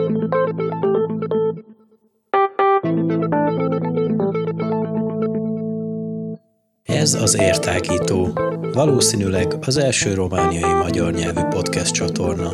Ez az Értágító, valószínűleg az első romániai magyar nyelvű podcast csatorna.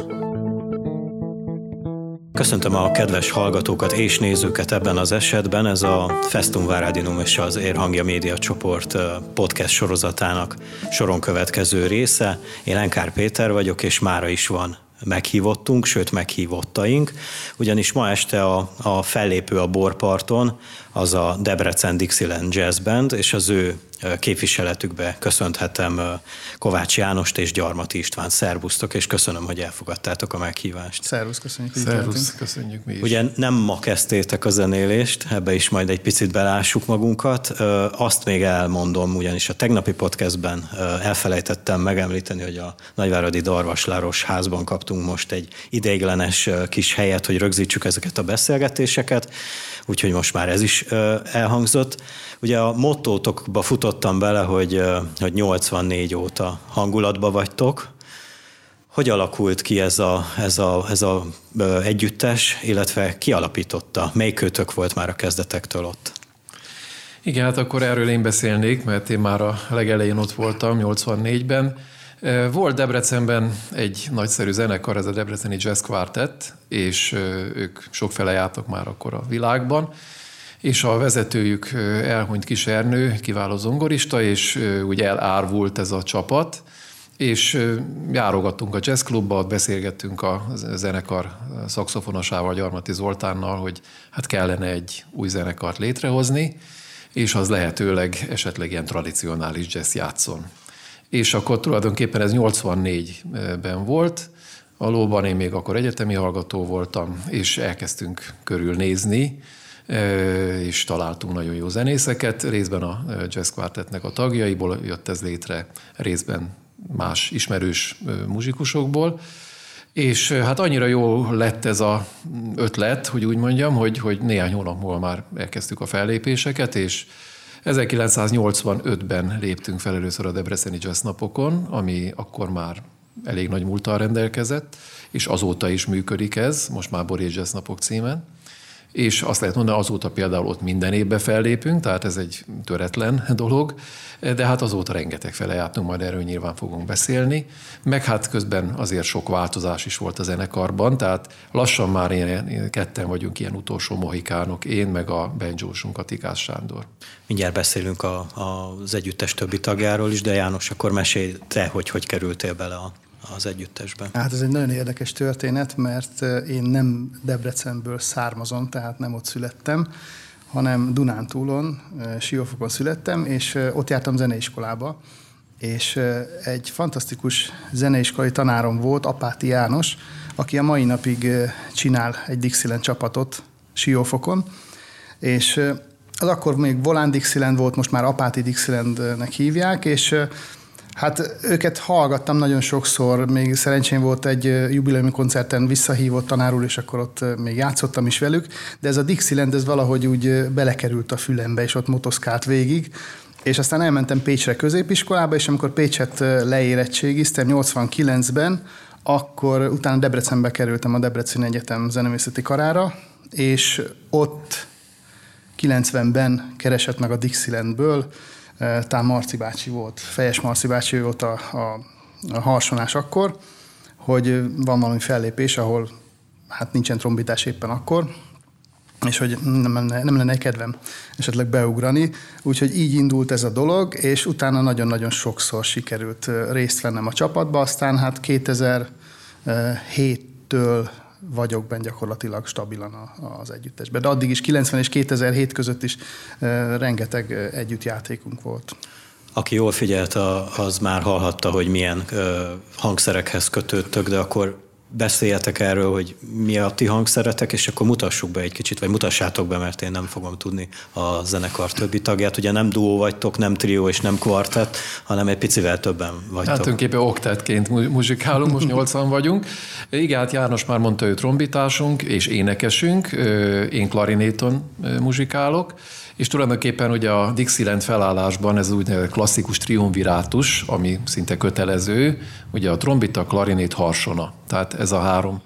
Köszöntöm a kedves hallgatókat és nézőket ebben az esetben, ez a Festum Varadinum és az Érhangja Média Csoport podcast sorozatának soron következő része. Én Enkár Péter vagyok, és mára is van meghívottunk, sőt meghívottaink, ugyanis ma este a fellépő a borparton az a Debrecen Dixieland Jazz Band, és az ő képviseletükbe köszönhetem Kovács Jánost és Gyarmati Istvánt. Szervusztok, és köszönöm, hogy elfogadtátok a meghívást. Szervusz, köszönjük. Szervusz, köszönjük mi is. Ugye nem ma kezdtétek a zenélést, ebbe is majd egy picit belássuk magunkat. Azt még elmondom, ugyanis a tegnapi podcastben elfelejtettem megemlíteni, hogy a Nagyváradi Darvasláros házban kaptunk most egy ideiglenes kis helyet, hogy rögzítsük ezeket a beszélgetéseket, úgyhogy most már ez is elhangzott. Ugye a mottótokba futottam bele, hogy 84 óta hangulatba vagytok. Hogy alakult ki ez a együttes, illetve ki alapította? Melyik kötök volt már a kezdetektől ott? Igen, hát akkor erről én beszélnék, mert én már a legelején ott voltam, 84-ben. Volt Debrecenben egy nagyszerű zenekar, ez a Debreceni Jazz Quartet, és ők sokfele jártak már akkor a világban, és a vezetőjük elhunyt Kis Ernő, kiváló zongorista, és úgy elárvult ez a csapat, és járogattunk a jazzklubba, ott beszélgettünk a zenekar szaxofonosával, Gyarmati Zoltánnal, hogy hát kellene egy új zenekart létrehozni, és az lehetőleg esetleg ilyen tradicionális jazz játszon. És akkor tulajdonképpen ez 84-ben volt, valóban én még akkor egyetemi hallgató voltam, és elkezdtünk körülnézni, és találtunk nagyon jó zenészeket, részben a Jazz Quartetnek a tagjaiból jött ez létre, részben más ismerős muzsikusokból, és hát annyira jó lett ez az ötlet, hogy úgy mondjam, hogy néhány hónap múlva már elkezdtük a fellépéseket, és 1985-ben léptünk fel először a Debreceni Jazz Napokon, ami akkor már elég nagy múlttal rendelkezett, és azóta is működik ez, most már Borély Jazz Napok címen. És azt lehet mondani, azóta például ott minden évben fellépünk, tehát ez egy töretlen dolog, de hát azóta rengeteg fele jártunk, majd erről nyilván fogunk beszélni, meg hát közben azért sok változás is volt a zenekarban, tehát lassan már ketten vagyunk ilyen utolsó mohikánok, én meg a banjósunk, a Tikás Sándor. Mindjárt beszélünk az együttes többi tagjáról is, de János, akkor mesélj te, hogy kerültél bele az együttesben. Hát ez egy nagyon érdekes történet, mert én nem Debrecenből származom, tehát nem ott születtem, hanem Dunántúlon, Siófokon születtem, és ott jártam zeneiskolába, és egy fantasztikus zeneiskolai tanárom volt, Apáti János, aki a mai napig csinál egy Dixieland csapatot Siófokon, és az akkor még Volán Dixieland volt, most már Apáti Dixielandnek hívják, és hát őket hallgattam nagyon sokszor, még szerencsém volt egy jubileumi koncerten visszahívott tanár úr, és akkor ott még játszottam is velük, de ez a Dixieland, ez valahogy úgy belekerült a fülembe, és ott motoszkált végig, és aztán elmentem Pécsre középiskolába, és amikor Pécset leérettségiztem 89-ben, akkor utána Debrecenbe kerültem a Debreceni Egyetem zeneművészeti karára, és ott 90-ben keresett meg a Dixielandből, talán Marci bácsi volt, Fejes Marci bácsi volt a harsonás akkor, hogy van valami fellépés, ahol hát nincsen trombitás éppen akkor, és hogy nem lenne kedvem esetleg beugrani. Úgyhogy így indult ez a dolog, és utána nagyon-nagyon sokszor sikerült részt vennem a csapatba, aztán hát 2007-től vagyok benne gyakorlatilag stabilan az együttesben. De addig is 90 és 2007 között is rengeteg együttjátékunk volt. Aki jól figyelt, az már hallhatta, hogy milyen hangszerekhez kötődtök, de akkor beszéljetek erről, hogy mi a ti hangszeretek, és akkor mutassuk be egy kicsit, vagy mutassátok be, mert én nem fogom tudni a zenekar többi tagját. Ugye nem duó vagytok, nem trió és nem kvartett, hanem egy picivel többen vagytok. Hát tulajdonképpen oktettként muzsikálunk, most 80 vagyunk. Igen, hát János már mondta, ő trombitásunk és énekesünk, én klarinéton muzsikálok, és tulajdonképpen ugye a Dixieland felállásban ez úgynevezett klasszikus triumvirátus, ami szinte kötelező, ugye a trombita, klarinét, harsona. Tehát ez a három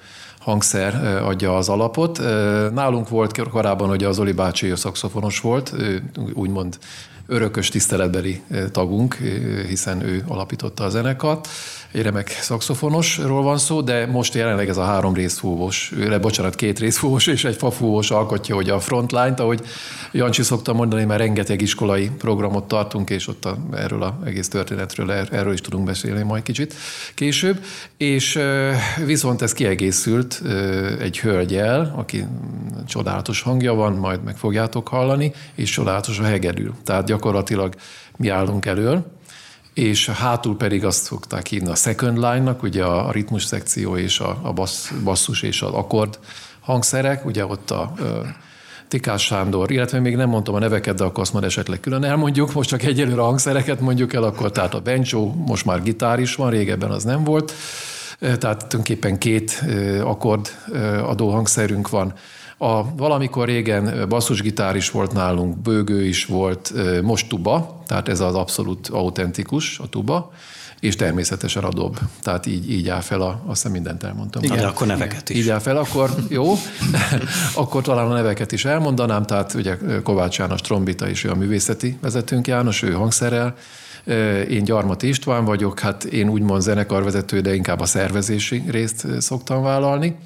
hangszer adja az alapot. Nálunk volt korábban, hogy az Oli bácsi szaxofonos volt, úgymond örökös tiszteletbeli tagunk, hiszen ő alapította a zenekart. Egy remek szaxofonosról van szó, de most jelenleg ez a 3 részfúvós, 2 részfúvós és egy fafúvós alkotja, hogy a frontline-t, ahogy Jancsi szokta mondani, mert rengeteg iskolai programot tartunk, és ott erről az egész történetről, erről is tudunk beszélni majd kicsit később. És viszont ez kiegészült egy hölgyel, aki csodálatos hangja van, majd meg fogjátok hallani, és csodálatos a hegedű. Tehát gyakorlatilag mi állunk elől, és hátul pedig azt szokták hívni a second line-nak, ugye a ritmus szekció és a basszus és az akkord hangszerek, ugye ott a Tikás Sándor, illetve még nem mondtam a neveket, de akkor azt majd esetleg külön elmondjuk, most csak egyelőre a hangszereket mondjuk el, akkor tehát a banjo, most már gitár is van, régebben az nem volt, tehát tulajdonképpen 2 akkord adó hangszerünk van. Valamikor régen basszusgitár is volt nálunk, bőgő is volt, most tuba, tehát ez az abszolút autentikus, a tuba, és természetesen a dob. Tehát így áll fel, azt hiszem mindent elmondtam. Igen, de akkor neveket is. Így áll fel, akkor jó, akkor talán a neveket is elmondanám, tehát ugye Kovács János trombita és ő a művészeti vezetőnk János, ő hangszerrel. Én Gyarmati István vagyok, hát én úgymond zenekarvezető, de inkább a szervezési részt szoktam vállalni.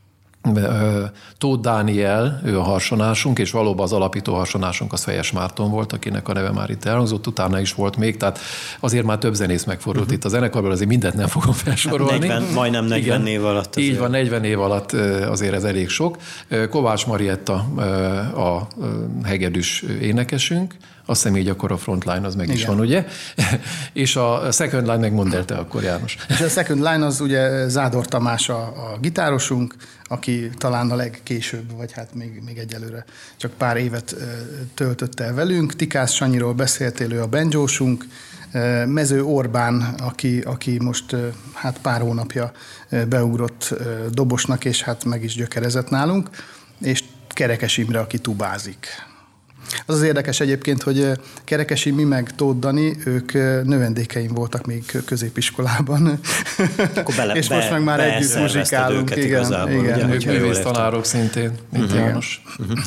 Tóth Dániel, ő a harsonásunk, és valóban az alapító harsonásunk az Fejes Márton volt, akinek a neve már itt elhangzott, utána is volt még, tehát azért már több zenész megfordult itt a zenekarban, azért mindent nem fogom felsorolni. Majdnem 40 év alatt. Azért. Így van, 40 év alatt azért ez elég sok. Kovács Marietta a hegedűs énekesünk, azt hiszem így akkor a frontline az meg igen. is van, ugye? És a second line megmondd el te akkor, János. És a second line az ugye Zádor Tamás a gitárosunk, aki talán a legkésőbb, vagy hát még egyelőre csak pár évet töltött el velünk. Tikász Sanyiról beszéltél, ő a banjósunk. Mező Orbán, aki most hát pár hónapja beugrott dobosnak, és hát meg is gyökerezett nálunk. És Kerekes Imre, aki tubázik. Az érdekes egyébként, hogy Kerekes Imi meg Tóth Dani, ők növendékeim voltak még középiskolában. És most meg már együtt muzsikálunk. Igen. Ők művésztanárok szintén, mint János.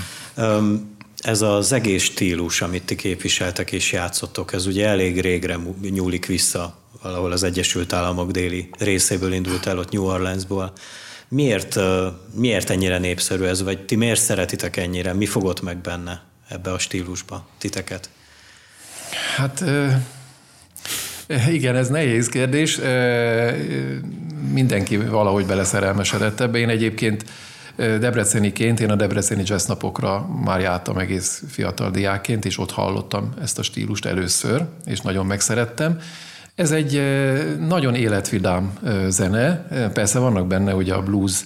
Ez az egész stílus, amit ti képviseltek és játszottok, ez ugye elég régre nyúlik vissza, valahol az Egyesült Államok déli részéből indult el, ott New Orleansból. Miért ennyire népszerű ez, vagy ti miért szeretitek ennyire? Mi fogott meg benne ebbe a stílusba titeket? Hát igen, ez nehéz kérdés. Mindenki valahogy beleszerelmesedett ebbe. Én egyébként debreceniként, én a debreceni jazz napokra már jártam egész fiatal diákként, és ott hallottam ezt a stílust először, és nagyon megszerettem. Ez egy nagyon életvidám zene. Persze vannak benne ugye a blues,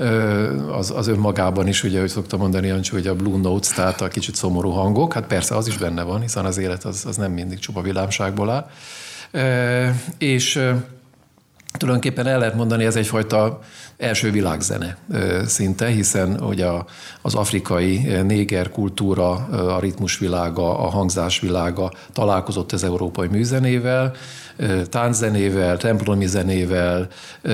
az önmagában is, ugye, hogy szoktam mondani, Jancsi, hogy a blue notes, tehát a kicsit szomorú hangok. Hát persze az is benne van, hiszen az élet az nem mindig csupa vidámságból áll. És tulajdonképpen el lehet mondani, ez egyfajta első világzene szinte, hiszen ugye az afrikai néger kultúra, a ritmusvilága, a hangzásvilága találkozott az európai műzenével, tánczenével, templomi zenével,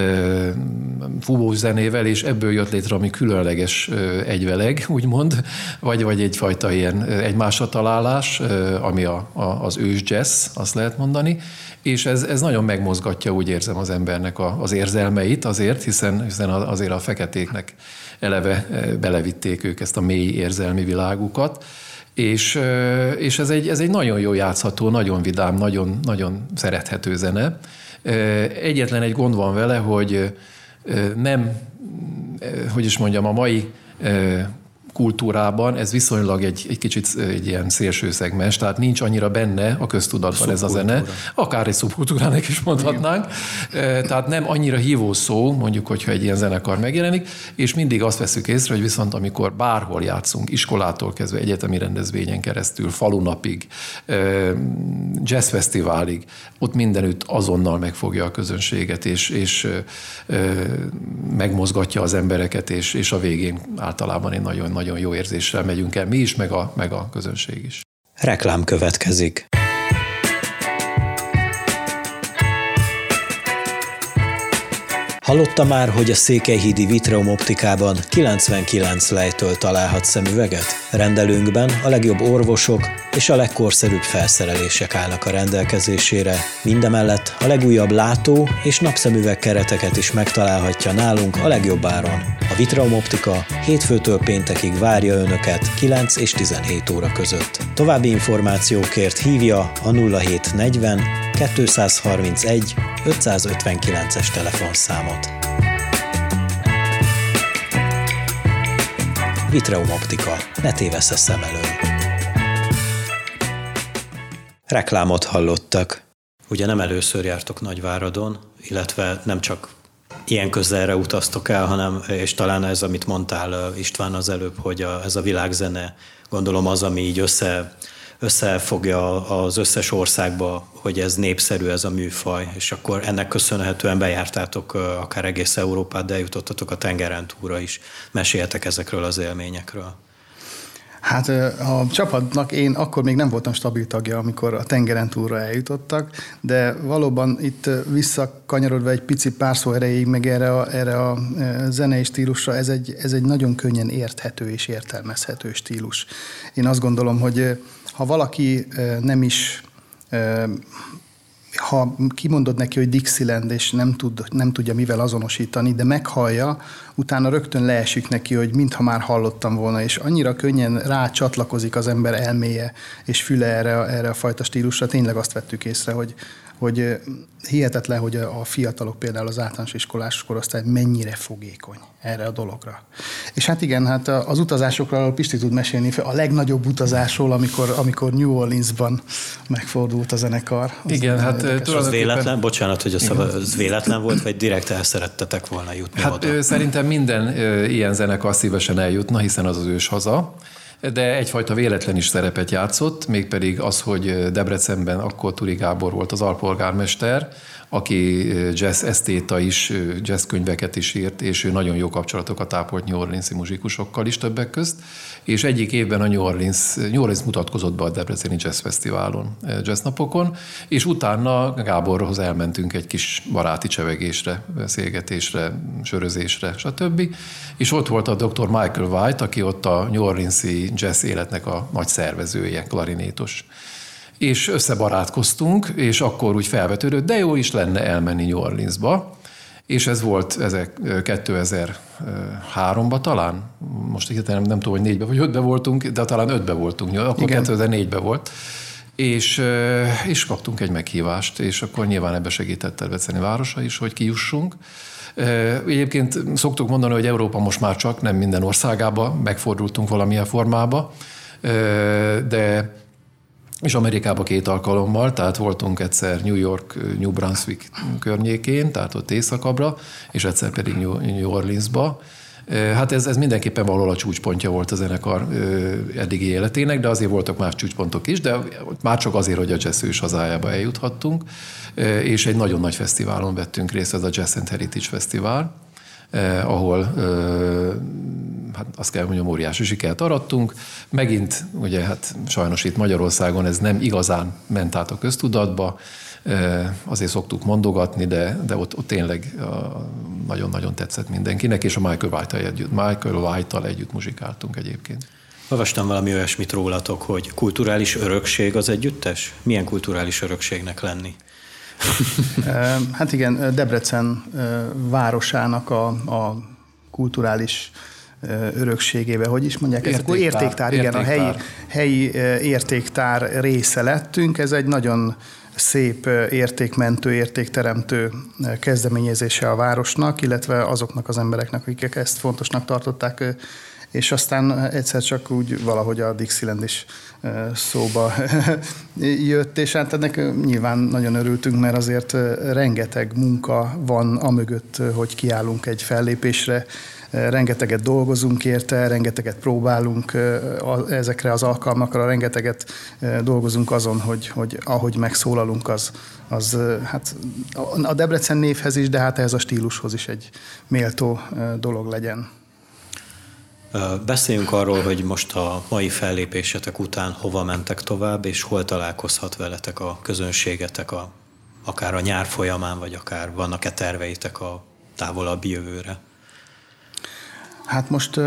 fúvós zenével, és ebből jött létre ami különleges egyveleg, úgymond, vagy egyfajta ilyen egymásra találás, ami az ős jazz, azt lehet mondani, és ez nagyon megmozgatja, úgy érzem, az embernek az érzelmeit azért, hiszen azért a feketéknek eleve belevitték ők ezt a mély érzelmi világukat, és ez egy nagyon jó játszható, nagyon vidám, nagyon, nagyon szerethető zene. Egyetlen egy gond van vele, hogy nem, hogy is mondjam, a mai kultúrában ez viszonylag egy kicsit egy ilyen szélső szegmens, tehát nincs annyira benne a köztudatban ez a zene, akár egy szubkultúrának is mondhatnánk, tehát nem annyira hívó szó, mondjuk, hogyha egy ilyen zenekar megjelenik, és mindig azt veszük észre, hogy viszont amikor bárhol játszunk, iskolától kezdve egyetemi rendezvényen keresztül, falunapig, jazzfesztiválig, ott mindenütt azonnal megfogja a közönséget, és megmozgatja az embereket, és a végén általában egy nagyon jó érzéssel megyünk el mi is, meg a közönség is. Reklám következik. Hallotta már, hogy a székelyhídi Vitreum Optikában 99 lejtől találhat szemüveget? Rendelőnkben a legjobb orvosok és a legkorszerűbb felszerelések állnak a rendelkezésére. Mindemellett a legújabb látó- és napszemüveg kereteket is megtalálhatja nálunk a legjobb áron. A Vitreum Optika hétfőtől péntekig várja Önöket 9 és 17 óra között. További információkért hívja a 0740 231 559-es telefonszámot. Vitreum Optika. Ne tévessz a szem elől. Reklámot hallottak. Ugye nem először jártok Nagyváradon, illetve nem csak ilyen közelre utaztok el, hanem, és talán ez, amit mondtál István az előbb, hogy ez a világzene, gondolom az, ami így összefogja az összes országba, hogy ez népszerű, ez a műfaj, és akkor ennek köszönhetően bejártátok akár egész Európát, de eljutottatok a tengeren túlra is. Meséljetek ezekről az élményekről. Hát a csapatnak én akkor még nem voltam stabil tagja, amikor a tengeren túlra eljutottak, de valóban itt visszakanyarodva egy pici pár szó erejéig, meg erre a zenei stílusra, ez egy nagyon könnyen érthető és értelmezhető stílus. Én azt gondolom, hogy ha valaki nem is, ha kimondod neki, hogy Dixieland, és nem tudja mivel azonosítani, de meghallja, utána rögtön leesik neki, hogy mintha már hallottam volna, és annyira könnyen rácsatlakozik az ember elméje és füle erre a fajta stílusra. Tényleg azt vettük észre, hogy hihetetlen, hogy a fiatalok, például az általános iskolás korosztály mennyire fogékony erre a dologra. És hát igen, hát az utazásokról Pisti tud mesélni, a legnagyobb utazásról, amikor New Orleansban megfordult a zenekar. Igen, hát az véletlen, bocsánat, hogy az véletlen volt, vagy direkt el szerettetek volna jutni oda? Szerintem minden ilyen zenekar szívesen eljutna, hiszen az őshaza. De egyfajta véletlen is szerepet játszott, mégpedig az, hogy Debrecenben akkor Turi Gábor volt az alpolgármester, aki jazz esztéta is, jazz könyveket is írt, és ő nagyon jó kapcsolatokat ápolt New Orleans-i muzsikusokkal is többek közt, és egyik évben a New Orleans mutatkozott be a Debreceni Jazz Fesztiválon, jazz napokon, és utána Gáborhoz elmentünk egy kis baráti csevegésre, beszélgetésre, sörözésre, stb. És ott volt a Dr. Michael White, aki ott a New Orleans-i jazz életnek a nagy szervezője, klarinétos. És összebarátkoztunk, és akkor úgy felvetődött, de jó is lenne elmenni New Orleansba, és ez volt 2003-ban talán, most hirtelen nem tudom, hogy 4-be vagy 5-be voltunk, de talán 5-be voltunk, akkor 2004-ben volt, és kaptunk egy meghívást, és akkor nyilván ebbe segített Debreceni városa is, hogy kijussunk. Egyébként szoktuk mondani, hogy Európa most már csak nem minden országába megfordultunk valamilyen formába, de és Amerikába 2 alkalommal, tehát voltunk egyszer New York, New Brunswick környékén, tehát ott északabbra, és egyszer pedig New Orleansba. Hát ez mindenképpen valahol a csúcspontja volt a zenekar eddigi életének, de azért voltak más csúcspontok is, de már csak azért, hogy a jazz ős hazájába eljuthattunk, és egy nagyon nagy fesztiválon vettünk részt, ez a Jazz and Heritage Fesztivál, ahol hát azt kell mondjam, óriási sikert arattunk. Megint, ugye hát sajnos itt Magyarországon ez nem igazán ment át a köztudatba, azért szoktuk mondogatni, de ott tényleg nagyon-nagyon tetszett mindenkinek, és a Michael White-tal együtt muzsikáltunk egyébként. Olvastam valami olyasmit rólatok, hogy kulturális örökség az együttes? Milyen kulturális örökségnek lenni? Hát igen, Debrecen városának a kulturális örökségével, hogy is mondják, ez akkor értéktár, igen, a helyi értéktár része lettünk. Ez egy nagyon szép értékmentő, értékteremtő kezdeményezése a városnak, illetve azoknak az embereknek, akik ezt fontosnak tartották, és aztán egyszer csak úgy valahogy a Dixieland is szóba jött, és hát ennek nyilván nagyon örültünk, mert azért rengeteg munka van amögött, hogy kiállunk egy fellépésre, rengeteget dolgozunk érte, rengeteget próbálunk ezekre az alkalmakra, rengeteget dolgozunk azon, hogy ahogy megszólalunk, az hát a Debrecen névhez is, de hát ehhez a stílushoz is egy méltó dolog legyen. Beszéljünk arról, hogy most a mai fellépésetek után hova mentek tovább, és hol találkozhat veletek a közönségetek, akár a nyár folyamán, vagy akár vannak-e terveitek a távolabbi jövőre? Hát most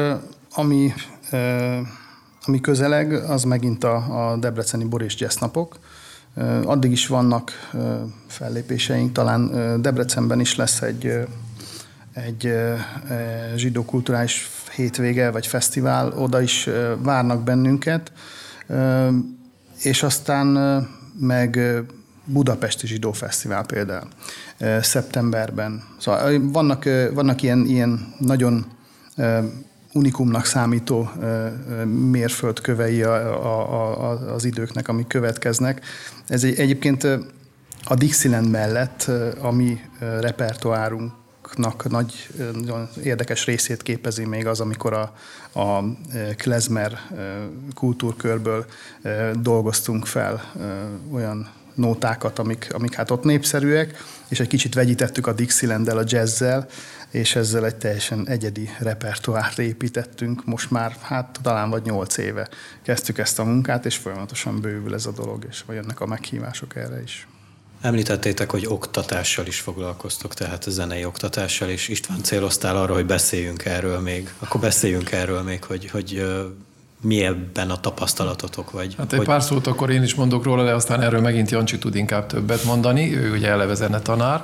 ami közeleg, az megint a debreceni Bor és Jazz napok. Addig is vannak fellépéseink, talán Debrecenben is lesz egy zsidó kulturális hétvége, vagy fesztivál, oda is várnak bennünket, és aztán meg Budapesti Zsidó Fesztivál például szeptemberben. Szóval vannak ilyen nagyon unikumnak számító mérföldkövei az időknek, amik következnek. Ez egyébként a Dixieland mellett a mi repertoárunknak nagyon érdekes részét képezi még az, amikor a klezmer kultúrkörből dolgoztunk fel olyan nótákat, amik hát ott népszerűek, és egy kicsit vegyítettük a Dixielanddel, a jazzzel, és ezzel egy teljesen egyedi repertoárt építettünk. Most már talán vagy 8 éve kezdtük ezt a munkát, és folyamatosan bővül ez a dolog, és jönnek a meghívások erre is. Említettétek, hogy oktatással is foglalkoztok, tehát a zenei oktatással, és István, céloztál arra, hogy beszéljünk erről még. Akkor beszéljünk erről még, hogy mi ebben a tapasztalatotok? Vagy, hát egy pár szót akkor én is mondok róla, de aztán erről megint Jancsi tud inkább többet mondani. Ő ugye eleve zenetanár.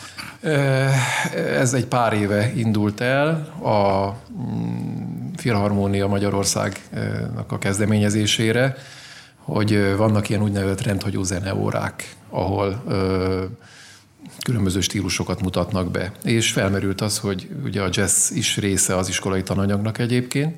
Ez egy pár éve indult el a Filharmónia Magyarországnak a kezdeményezésére, hogy vannak ilyen úgynevezett rendhagyó zeneórák, ahol különböző stílusokat mutatnak be. És felmerült az, hogy ugye a jazz is része az iskolai tananyagnak egyébként,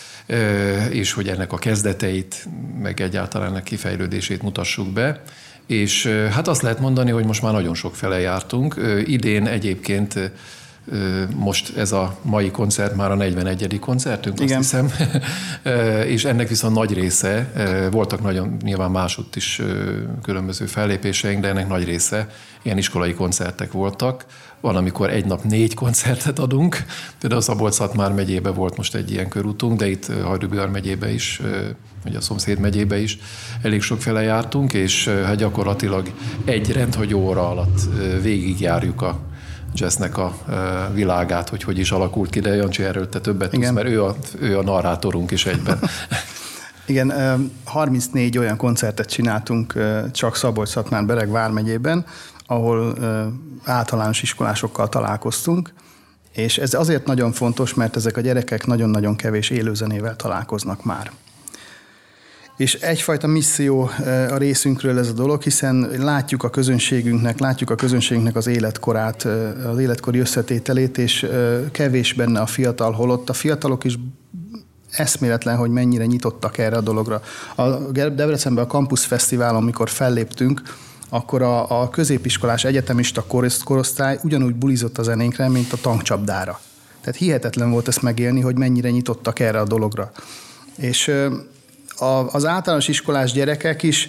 és hogy ennek a kezdeteit, meg egyáltalán ennek kifejlődését mutassuk be. És hát azt lehet mondani, hogy most már nagyon sok fele jártunk. Idén egyébként most ez a mai koncert már a 41. koncertünk, azt hiszem. És ennek viszont nagy része, voltak nagyon nyilván másutt is különböző fellépéseink, de ennek nagy része ilyen iskolai koncertek voltak. Van, amikor egy nap 4 koncertet adunk, például a Szabolcs-Szatmár megyébe volt most egy ilyen körútunk, de itt Hajdú-Bihar megyébe is, vagy a szomszéd megyébe is elég sokféle jártunk, és hát gyakorlatilag egy rendhagyó óra alatt végigjárjuk a jazznek a világát, hogy is alakult ki, de Jancsi, erről te többet tudsz, mert ő a narrátorunk is egyben. Igen, 34 olyan koncertet csináltunk csak Szabolcs-Szatmár-Bereg vármegyében, ahol általános iskolásokkal találkoztunk, és ez azért nagyon fontos, mert ezek a gyerekek nagyon-nagyon kevés élőzenével találkoznak már. És egyfajta misszió a részünkről ez a dolog, hiszen látjuk a közönségünknek az életkorát, az életkori összetételét, és kevés benne a fiatal, holott a fiatalok is eszméletlen, hogy mennyire nyitottak erre a dologra. A Debrecenben a Campus Fesztiválon, amikor felléptünk, akkor a középiskolás egyetemista korosztály ugyanúgy bulizott a zenénkre, mint a tankcsapdára. Tehát hihetetlen volt ezt megélni, hogy mennyire nyitottak erre a dologra. És az általános iskolás gyerekek is,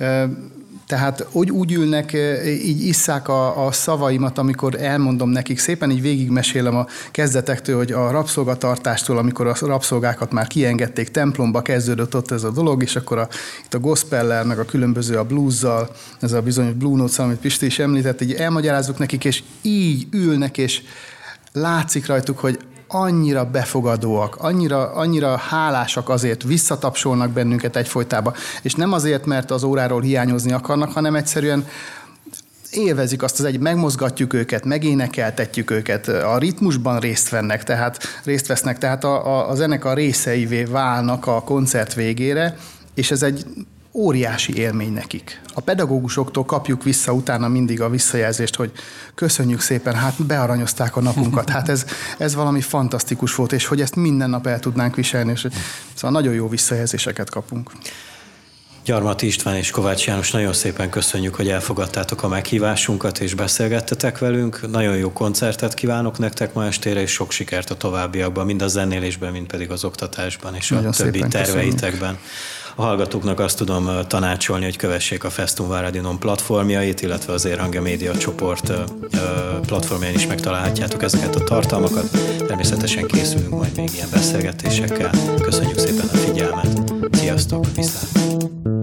tehát úgy ülnek, így isszák a szavaimat, amikor elmondom nekik, szépen így végigmesélem a kezdetektől, hogy a rabszolgatartástól, amikor a rabszolgákat már kiengedték templomba, kezdődött ott ez a dolog, és akkor itt a gospellel, meg a különböző a bluesszal, ez a bizonyos Blue Notes, amit Pisti is említett, így elmagyarázzuk nekik, és így ülnek, és látszik rajtuk, hogy annyira befogadóak, annyira hálásak azért, visszatapsolnak bennünket egyfolytában, és nem azért, mert az óráról hiányozni akarnak, hanem egyszerűen élvezik azt az megmozgatjuk őket, megénekeltetjük őket, a ritmusban részt vesznek, tehát a zenekar részeivé válnak a koncert végére, és ez egy óriási élmény nekik. A pedagógusoktól kapjuk vissza utána mindig a visszajelzést, hogy köszönjük szépen, hát bearanyozták a napunkat, hát ez valami fantasztikus volt, és hogy ezt minden nap el tudnánk viselni, és szóval nagyon jó visszajelzéseket kapunk. Gyarmati István és Kovács János, nagyon szépen köszönjük, hogy elfogadtátok a meghívásunkat, és beszélgettetek velünk. Nagyon jó koncertet kívánok nektek ma estére, és sok sikert a továbbiakban, mind a zenélésben, mind pedig az oktatásban, és nagyon a többi terveitekben. Köszönjük. A hallgatóknak azt tudom tanácsolni, hogy kövessék a Festum Váradinon platformjait, illetve az Érhangja Média csoport platformján is megtalálhatjátok ezeket a tartalmakat. Természetesen készülünk majd még ilyen beszélgetésekkel. Köszönjük szépen a figyelmet. Sziasztok, viszlát!